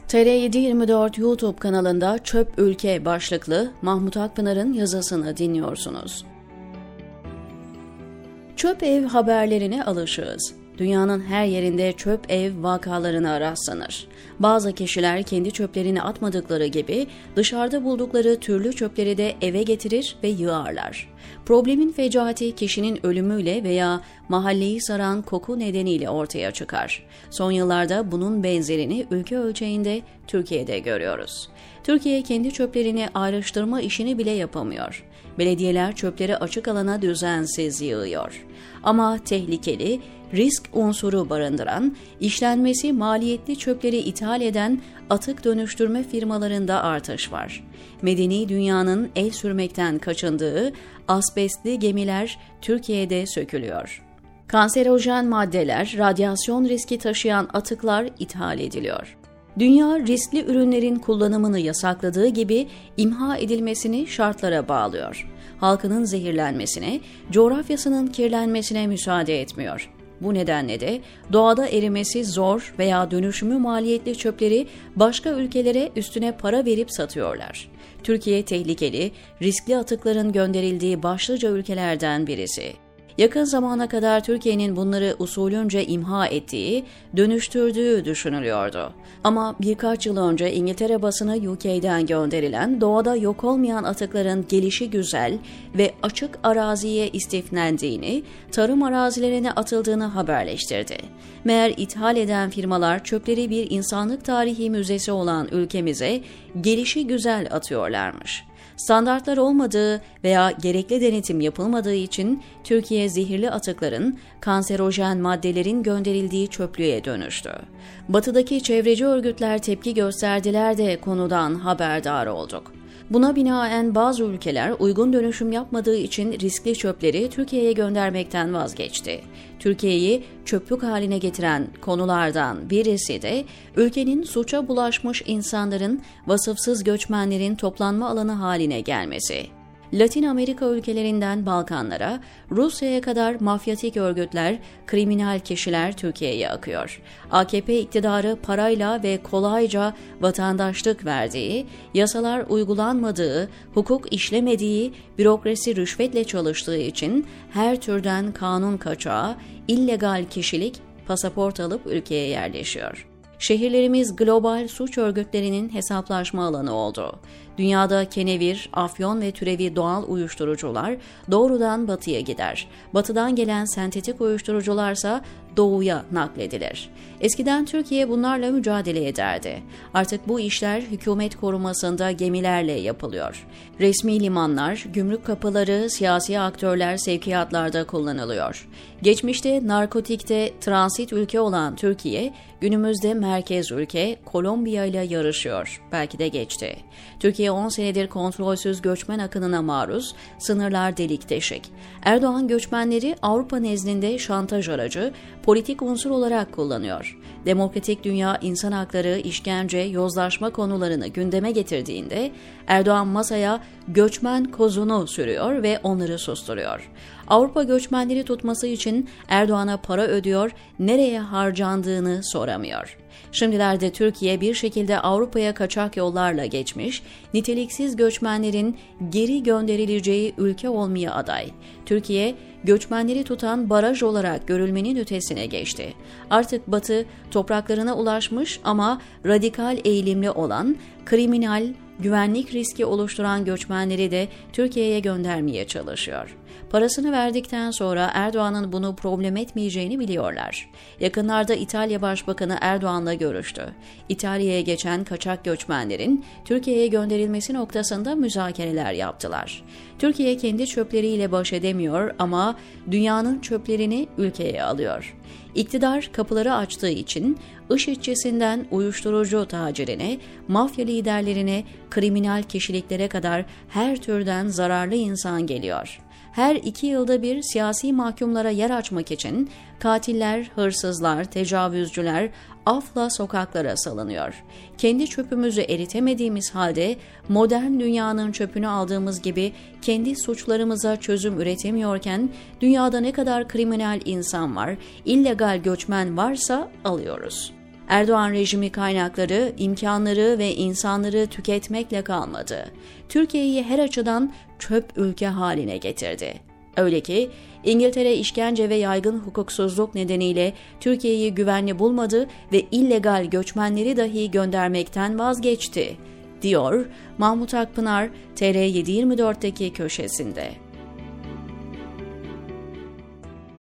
TR724 YouTube kanalında Çöp Ülke başlıklı Mahmut Akpınar'ın yazısını dinliyorsunuz. Çöp ev haberlerine alışığız. Dünyanın her yerinde çöp ev vakalarına rastlanır. Bazı kişiler kendi çöplerini atmadıkları gibi dışarıda buldukları türlü çöpleri de eve getirir ve yığarlar. Problemin fecaati kişinin ölümüyle veya mahalleyi saran koku nedeniyle ortaya çıkar. Son yıllarda bunun benzerini ülke ölçeğinde Türkiye'de görüyoruz. Türkiye kendi çöplerini ayrıştırma işini bile yapamıyor. Belediyeler çöpleri açık alana düzensiz yığıyor. Ama tehlikeli, risk unsuru barındıran, işlenmesi maliyetli çöpleri ithal eden atık dönüştürme firmalarında artış var. Medeni dünyanın el sürmekten kaçındığı asbestli gemiler Türkiye'de sökülüyor. Kanserojen maddeler, radyasyon riski taşıyan atıklar ithal ediliyor. Dünya riskli ürünlerin kullanımını yasakladığı gibi imha edilmesini şartlara bağlıyor. Halkının zehirlenmesine, coğrafyasının kirlenmesine müsaade etmiyor. Bu nedenle de doğada erimesi zor veya dönüşümü maliyetli çöpleri başka ülkelere üstüne para verip satıyorlar. Türkiye tehlikeli, riskli atıkların gönderildiği başlıca ülkelerden birisi. Yakın zamana kadar Türkiye'nin bunları usulünce imha ettiği, dönüştürdüğü düşünülüyordu. Ama birkaç yıl önce İngiltere basını UK'den gönderilen doğada yok olmayan atıkların gelişi güzel ve açık araziye istiflendiğini, tarım arazilerine atıldığını haberleştirdi. Meğer ithal eden firmalar çöpleri bir insanlık tarihi müzesi olan ülkemize gelişi güzel atıyorlarmış. Standartlar olmadığı veya gerekli denetim yapılmadığı için Türkiye zehirli atıkların, kanserojen maddelerin gönderildiği çöplüğe dönüştü. Batıdaki çevreci örgütler tepki gösterdiler de konudan haberdar olduk. Buna binaen bazı ülkeler uygun dönüşüm yapmadığı için riskli çöpleri Türkiye'ye göndermekten vazgeçti. Türkiye'yi çöplük haline getiren konulardan birisi de ülkenin suça bulaşmış insanların, vasıfsız göçmenlerin toplanma alanı haline gelmesi. Latin Amerika ülkelerinden Balkanlara, Rusya'ya kadar mafyatik örgütler, kriminal kişiler Türkiye'ye akıyor. AKP iktidarı parayla ve kolayca vatandaşlık verdiği, yasalar uygulanmadığı, hukuk işlemediği, bürokrasi rüşvetle çalıştığı için her türden kanun kaçağı, illegal kişilik, pasaport alıp ülkeye yerleşiyor. Şehirlerimiz global suç örgütlerinin hesaplaşma alanı oldu. Dünyada kenevir, afyon ve türevi doğal uyuşturucular doğrudan batıya gider. Batıdan gelen sentetik uyuşturucularsa doğuya nakledilir. Eskiden Türkiye bunlarla mücadele ederdi. Artık bu işler hükümet korumasında gemilerle yapılıyor. Resmi limanlar, gümrük kapıları, siyasi aktörler sevkiyatlarda kullanılıyor. Geçmişte narkotikte transit ülke olan Türkiye, günümüzde merkez ülke Kolombiya ile yarışıyor. Belki de geçti. Türkiye 10 senedir kontrolsüz göçmen akınına maruz, sınırlar delik deşik. Erdoğan göçmenleri Avrupa nezdinde şantaj aracı, politik unsur olarak kullanıyor. Demokratik dünya insan hakları, işkence, yozlaşma konularını gündeme getirdiğinde Erdoğan masaya göçmen kozunu sürüyor ve onları susturuyor. Avrupa göçmenleri tutması için Erdoğan'a para ödüyor, nereye harcandığını soramıyor. Şimdilerde Türkiye bir şekilde Avrupa'ya kaçak yollarla geçmiş, niteliksiz göçmenlerin geri gönderileceği ülke olmaya aday. Türkiye, göçmenleri tutan baraj olarak görülmenin ötesine geçti. Artık Batı topraklarına ulaşmış ama radikal eğilimli olan, kriminal, güvenlik riski oluşturan göçmenleri de Türkiye'ye göndermeye çalışıyor. Parasını verdikten sonra Erdoğan'ın bunu problem etmeyeceğini biliyorlar. Yakınlarda İtalya Başbakanı Erdoğan'la görüştü. İtalya'ya geçen kaçak göçmenlerin Türkiye'ye gönderilmesi noktasında müzakereler yaptılar. Türkiye kendi çöpleriyle baş edemiyor ama dünyanın çöplerini ülkeye alıyor. İktidar kapıları açtığı için IŞİD'cisinden uyuşturucu tacirine, mafya liderlerine, kriminal kişiliklere kadar her türden zararlı insan geliyor. Her 2 yılda bir siyasi mahkumlara yer açmak için katiller, hırsızlar, tecavüzcüler afla sokaklara salınıyor. Kendi çöpümüzü eritemediğimiz halde modern dünyanın çöpünü aldığımız gibi kendi suçlarımıza çözüm üretemiyorken dünyada ne kadar kriminal insan var, illegal göçmen varsa alıyoruz. Erdoğan rejimi kaynakları, imkanları ve insanları tüketmekle kalmadı. Türkiye'yi her açıdan çöp ülke haline getirdi. Öyle ki İngiltere işkence ve yaygın hukuksuzluk nedeniyle Türkiye'yi güvenli bulmadı ve illegal göçmenleri dahi göndermekten vazgeçti, diyor Mahmut Akpınar TR724'teki köşesinde.